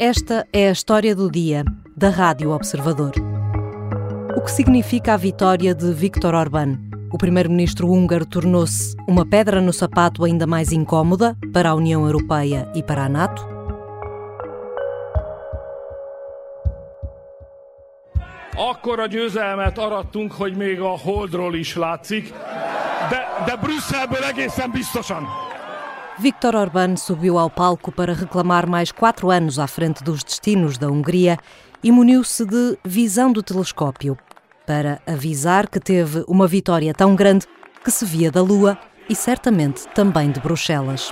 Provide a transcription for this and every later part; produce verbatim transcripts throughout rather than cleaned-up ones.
Esta é a história do dia, da Rádio Observador. O que significa a vitória de Viktor Orbán? O primeiro-ministro húngaro tornou-se uma pedra no sapato ainda mais incómoda para a União Europeia e para a NATO? Akkora győzelmet arattunk, hogy még a Holdról is látszik, de, de Brüsszelből egészen biztosan. Viktor Orbán subiu ao palco para reclamar mais quatro anos à frente dos destinos da Hungria e muniu-se de visão do telescópio para avisar que teve uma vitória tão grande que se via da Lua e certamente também de Bruxelas.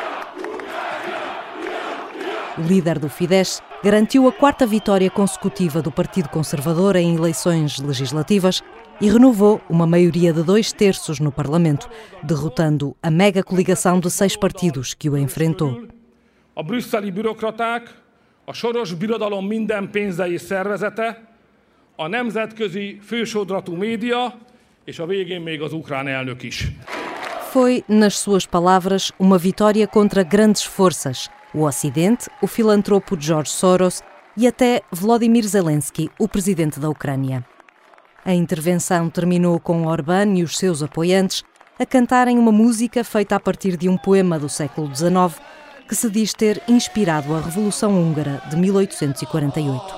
O líder do Fidesz garantiu a quarta vitória consecutiva do Partido Conservador em eleições legislativas e renovou uma maioria de dois terços no Parlamento, derrotando a mega coligação de seis partidos que o enfrentou. A brüsszeli bürokraták, a soros birodalom minden pénze és szervezete, a nemzetközi fősodratú média és a végén még az ukrán elnök is. Foi, nas suas palavras, uma vitória contra grandes forças, o Ocidente, o filantropo George Soros e até Volodymyr Zelensky, o presidente da Ucrânia. A intervenção terminou com Orbán e os seus apoiantes a cantarem uma música feita a partir de um poema do século dezenove que se diz ter inspirado a Revolução Húngara de mil oitocentos e quarenta e oito.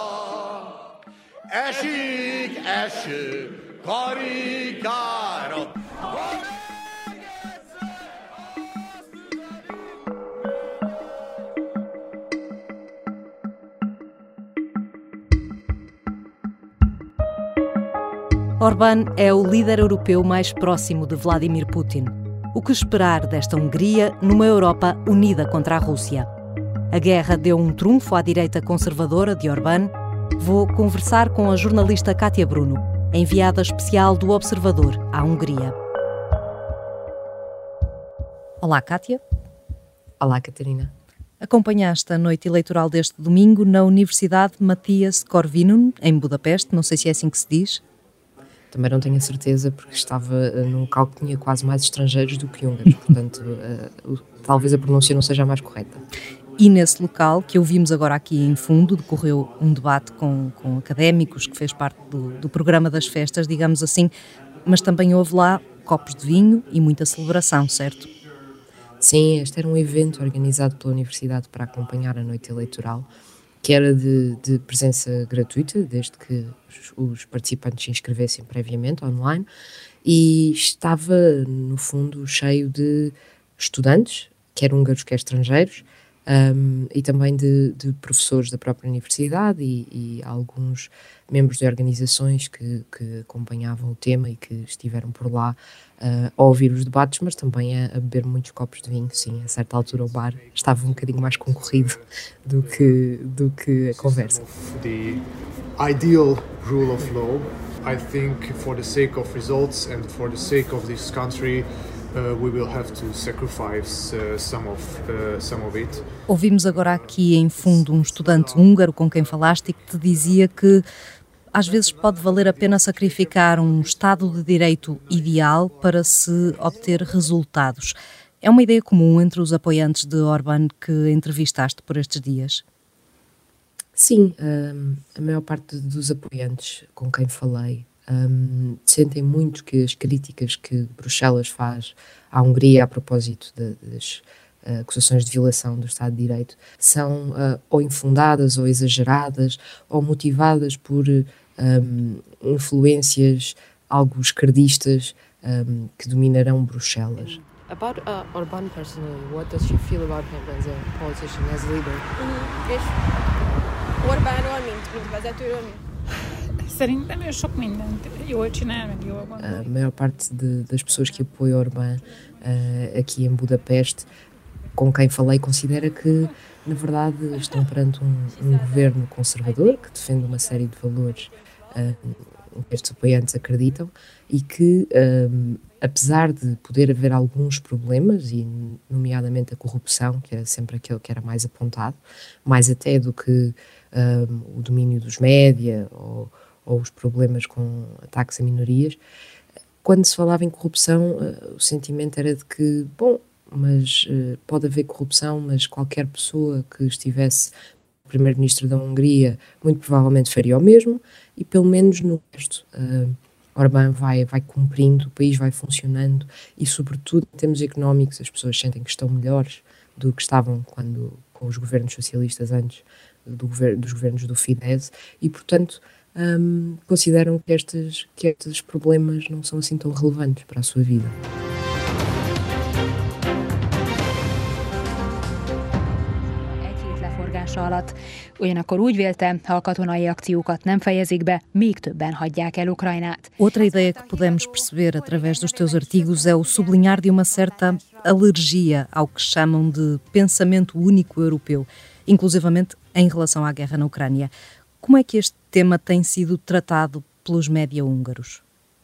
Orbán é o líder europeu mais próximo de Vladimir Putin. O que esperar desta Hungria numa Europa unida contra a Rússia? A guerra deu um trunfo à direita conservadora de Orbán? Vou conversar com a jornalista Kátia Bruno, enviada especial do Observador à Hungria. Olá, Kátia. Olá, Catarina. Acompanhaste a noite eleitoral deste domingo na Universidade Matthias Corvinus, em Budapeste, não sei se é assim que se diz. Também não tenho a certeza, porque estava num local que tinha quase mais estrangeiros do que húngaros, portanto, uh, talvez a pronúncia não seja a mais correta. E nesse local, que ouvimos agora aqui em fundo, decorreu um debate com, com académicos, que fez parte do, do programa das festas, digamos assim, mas também houve lá copos de vinho e muita celebração, certo? Sim, este era um evento organizado pela Universidade para acompanhar a noite eleitoral, que era de, de presença gratuita, desde que os, os participantes se inscrevessem previamente online, e estava, no fundo, cheio de estudantes, quer húngaros, quer estrangeiros, um, e também de, de professores da própria universidade e, e alguns membros de organizações que, que acompanhavam o tema e que estiveram por lá uh, a ouvir os debates, mas também a, a beber muitos copos de vinho. Sim, a certa altura o bar estava um bocadinho mais concorrido do que, do que a conversa. The ideal rule of law, I think for the sake of results and for the sake of this country, Uh, we will have to sacrifice uh, some of uh, some of it. Ouvimos agora aqui em fundo um estudante húngaro com quem falaste e que te dizia que às vezes pode valer a pena sacrificar um Estado de Direito ideal para se obter resultados. É uma ideia comum entre os apoiantes de Orbán que entrevistaste por estes dias? Sim, um, a maior parte dos apoiantes com quem falei Um, sentem muito que as críticas que Bruxelas faz à Hungria a propósito de, das uh, acusações de violação do Estado de Direito são uh, ou infundadas ou exageradas ou motivadas por um, influências algo esquerdistas um, que dominarão Bruxelas. About uh, Orbán personally, what does she feel about him as a politician, as a leader? És Orbánról, mint, mint vezetőről, mint? Szerintem ő sok mindent jól csinál, meg jól gondol. A maior parte de, das pessoas que apoiam Orbán uh, aqui em Budapeste, com quem falei, considera que, na verdade, estão perante um, um governo conservador que defende uma série de valores uh, que estes apoiantes acreditam e que, um, apesar de poder haver alguns problemas, e nomeadamente a corrupção, que era sempre aquele que era mais apontado, mais até do que um, o domínio dos média ou ou os problemas com ataques a minorias, quando se falava em corrupção, uh, o sentimento era de que, bom, mas uh, pode haver corrupção, mas qualquer pessoa que estivesse primeiro-ministro da Hungria muito provavelmente faria o mesmo, e pelo menos no resto, uh, Orbán vai, vai cumprindo, o país vai funcionando, e sobretudo em termos económicos as pessoas sentem que estão melhores do que estavam quando, com os governos socialistas antes do gover- dos governos do Fidesz, e portanto um, consideram que estes, que estes problemas não são assim tão relevantes para a sua vida. Alatt. Ugyanakkor úgy vélte, ha a katonai akciókat nem fejezik be, még többen hagyják el Ukrajnát. Outra ideia que podemos perceber através dos teus artigos é o sublinhar de uma certa alergia ao que chamam de pensamento único europeu, inclusivamente em relação à guerra na Ucrânia. Como é que este tema tem sido tratado pelos média húngaros?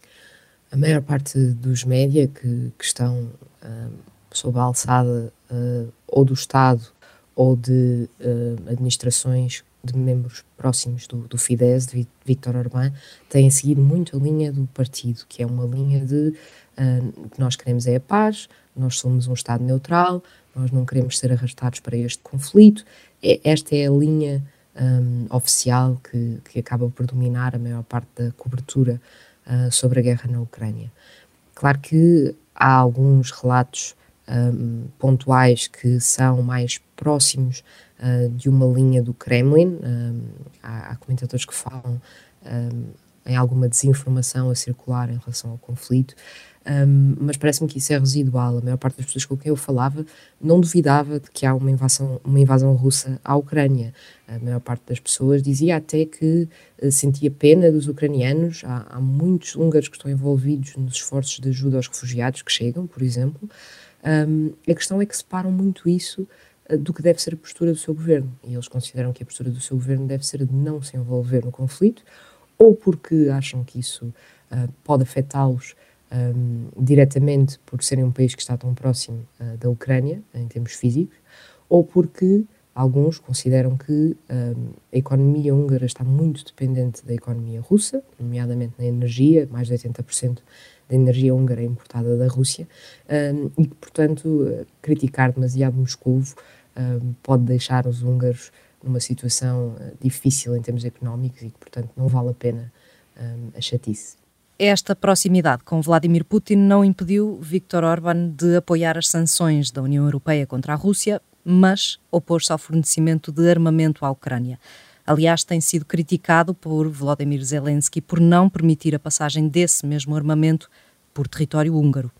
A maior parte dos média que, que estão uh, sob a alçada uh, ou do Estado ou de uh, administrações de membros próximos do, do Fidesz, de Viktor Orbán, têm seguido muito a linha do partido, que é uma linha de uh, que nós queremos é a paz, nós somos um Estado neutral, nós não queremos ser arrastados para este conflito. É, esta é a linha um, oficial que, que acaba por dominar a maior parte da cobertura uh, sobre a guerra na Ucrânia. Claro que há alguns relatos Um, pontuais que são mais próximos uh, de uma linha do Kremlin. Um, há, há comentadores que falam um, em alguma desinformação a circular em relação ao conflito, um, mas parece-me que isso é residual. A maior parte das pessoas com quem eu falava não duvidava de que há uma invasão, uma invasão russa à Ucrânia. A maior parte das pessoas dizia até que uh, sentia pena dos ucranianos. Há, há muitos húngaros que estão envolvidos nos esforços de ajuda aos refugiados que chegam, por exemplo. Um, a questão é que separam muito isso uh, do que deve ser a postura do seu governo, e eles consideram que a postura do seu governo deve ser a de não se envolver no conflito, ou porque acham que isso uh, pode afetá-los um, diretamente por serem um país que está tão próximo uh, da Ucrânia, em termos físicos, ou porque alguns consideram que um, a economia húngara está muito dependente da economia russa, nomeadamente na energia. Mais de oitenta por cento da energia húngara é importada da Rússia, um, e que, portanto, criticar demasiado Moscovo um, pode deixar os húngaros numa situação uh, difícil em termos económicos e que, portanto, não vale a pena um, a chatice. Esta proximidade com Vladimir Putin não impediu Viktor Orbán de apoiar as sanções da União Europeia contra a Rússia, mas opôs-se ao fornecimento de armamento à Ucrânia. Aliás, tem sido criticado por Volodymyr Zelensky por não permitir a passagem desse mesmo armamento por território húngaro.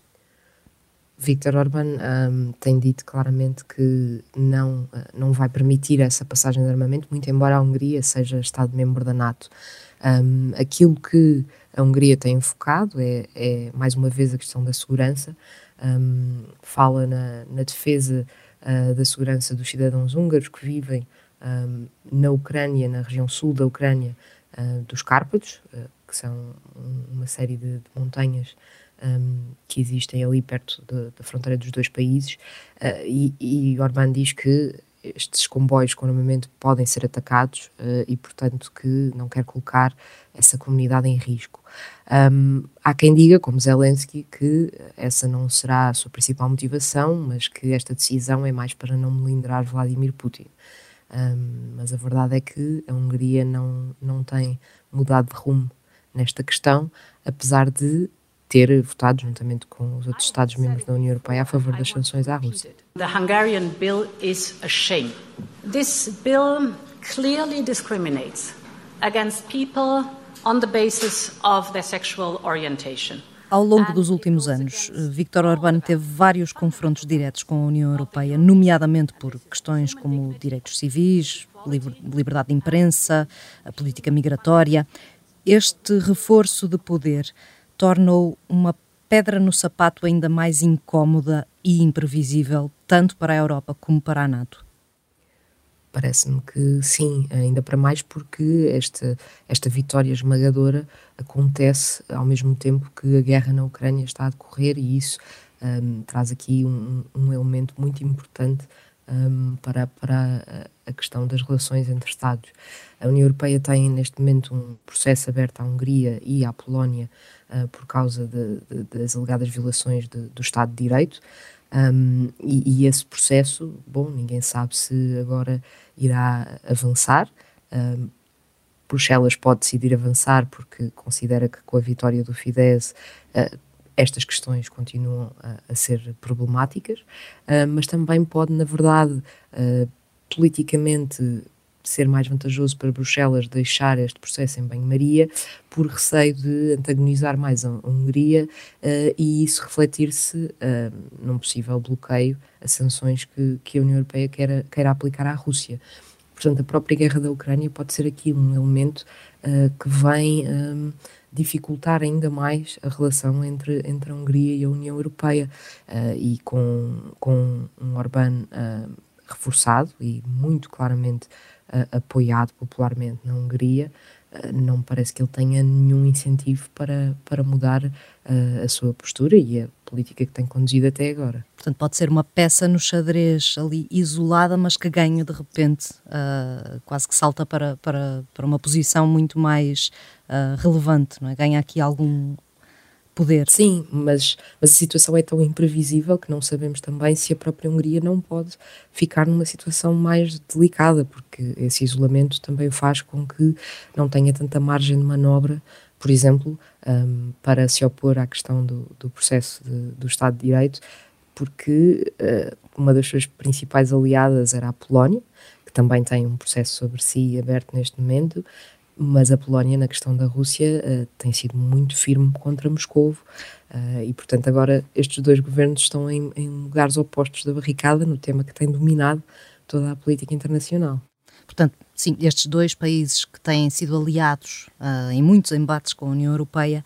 Viktor Orbán um, tem dito claramente que não, uh, não vai permitir essa passagem de armamento, muito embora a Hungria seja Estado-membro da NATO. Um, aquilo que a Hungria tem enfocado é, é, mais uma vez, a questão da segurança. Um, fala na, na defesa uh, da segurança dos cidadãos húngaros que vivem Um, na Ucrânia, na região sul da Ucrânia, uh, dos Cárpatos, uh, que são um, uma série de, de montanhas um, que existem ali perto de, da fronteira dos dois países, uh, e, e Orbán diz que estes comboios com armamento podem ser atacados uh, e, portanto, que não quer colocar essa comunidade em risco. Um, há quem diga, como Zelensky, que essa não será a sua principal motivação, mas que esta decisão é mais para não melindrar Vladimir Putin. Um, mas a verdade é que a Hungria não, não tem mudado de rumo nesta questão, apesar de ter votado, juntamente com os outros Estados-membros da União Europeia, a favor das sanções à Rússia. The Hungarian bill is a shame. This bill clearly discriminates against people on the basis of their sexual orientation. Ao longo dos últimos anos, Viktor Orbán teve vários confrontos diretos com a União Europeia, nomeadamente por questões como direitos civis, liberdade de imprensa, a política migratória. Este reforço de poder torna-o uma pedra no sapato ainda mais incómoda e imprevisível, tanto para a Europa como para a NATO. Parece-me que sim, ainda para mais porque esta, esta vitória esmagadora acontece ao mesmo tempo que a guerra na Ucrânia está a decorrer, e isso um, traz aqui um, um elemento muito importante um, para, para a questão das relações entre Estados. A União Europeia tem neste momento um processo aberto à Hungria e à Polónia uh, por causa de, de, das alegadas violações de, do Estado de Direito. Um, e, e esse processo, bom, ninguém sabe se agora irá avançar. Um, Bruxelas pode decidir avançar porque considera que com a vitória do Fidesz uh, estas questões continuam a, a ser problemáticas, uh, mas também pode, na verdade, uh, politicamente ser mais vantajoso para Bruxelas deixar este processo em banho-maria por receio de antagonizar mais a Hungria uh, e isso refletir-se uh, num possível bloqueio a sanções que, que a União Europeia queira, queira aplicar à Rússia. Portanto, a própria guerra da Ucrânia pode ser aqui um elemento uh, que vem um, dificultar ainda mais a relação entre, entre a Hungria e a União Europeia uh, e com, com um Orbán uh, reforçado e muito claramente Uh, apoiado popularmente na Hungria, uh, não me parece que ele tenha nenhum incentivo para, para mudar uh, a sua postura e a política que tem conduzido até agora. Portanto, pode ser uma peça no xadrez ali isolada, mas que ganha de repente, uh, quase que salta para, para, para uma posição muito mais uh, relevante, não é? Ganha aqui algum poder. Sim, mas, mas a situação é tão imprevisível que não sabemos também se a própria Hungria não pode ficar numa situação mais delicada, porque esse isolamento também faz com que não tenha tanta margem de manobra, por exemplo, um, para se opor à questão do, do processo de, do Estado de Direito, porque uh, uma das suas principais aliadas era a Polónia, que também tem um processo sobre si aberto neste momento, mas a Polónia, na questão da Rússia, uh, tem sido muito firme contra Moscovo uh, e, portanto, agora estes dois governos estão em, em lugares opostos da barricada no tema que tem dominado toda a política internacional. Portanto, sim, estes dois países que têm sido aliados uh, em muitos embates com a União Europeia,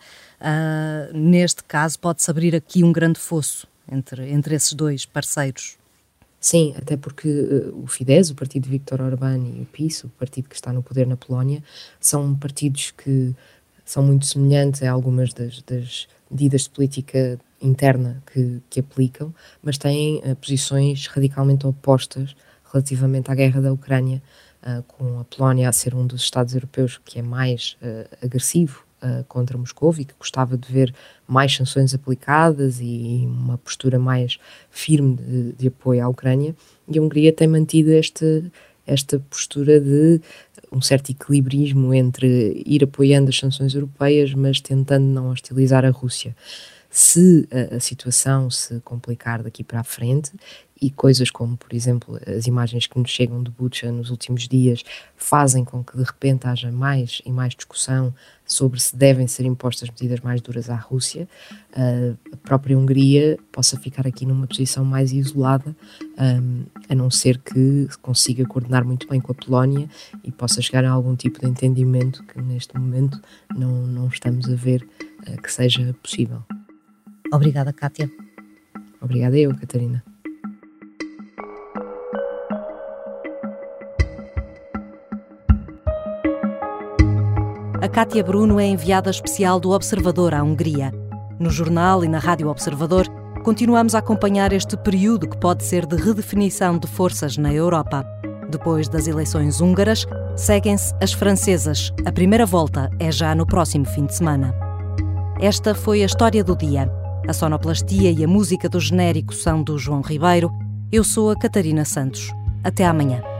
uh, neste caso pode-se abrir aqui um grande fosso entre, entre esses dois parceiros. Sim, até porque uh, o Fidesz, o partido de Viktor Orbán, e o PiS, o partido que está no poder na Polónia, são partidos que são muito semelhantes a algumas das, das medidas de política interna que, que aplicam, mas têm uh, posições radicalmente opostas relativamente à guerra da Ucrânia, uh, com a Polónia a ser um dos Estados europeus que é mais uh, agressivo Uh, contra Moscou e que gostava de ver mais sanções aplicadas e uma postura mais firme de, de apoio à Ucrânia, e a Hungria tem mantido este, esta postura de um certo equilibrismo entre ir apoiando as sanções europeias, mas tentando não hostilizar a Rússia. Se a, a situação se complicar daqui para a frente, e coisas como, por exemplo, as imagens que nos chegam de Bucha nos últimos dias fazem com que de repente haja mais e mais discussão sobre se devem ser impostas medidas mais duras à Rússia, a própria Hungria possa ficar aqui numa posição mais isolada, a não ser que consiga coordenar muito bem com a Polónia e possa chegar a algum tipo de entendimento que neste momento não, não estamos a ver que seja possível. Obrigada, Kátia. Obrigada eu, Catarina. A Kátia Bruno é enviada especial do Observador à Hungria. No jornal e na Rádio Observador, continuamos a acompanhar este período que pode ser de redefinição de forças na Europa. Depois das eleições húngaras, seguem-se as francesas. A primeira volta é já no próximo fim de semana. Esta foi a história do dia. A sonoplastia e a música do genérico são do João Ribeiro. Eu sou a Catarina Santos. Até amanhã.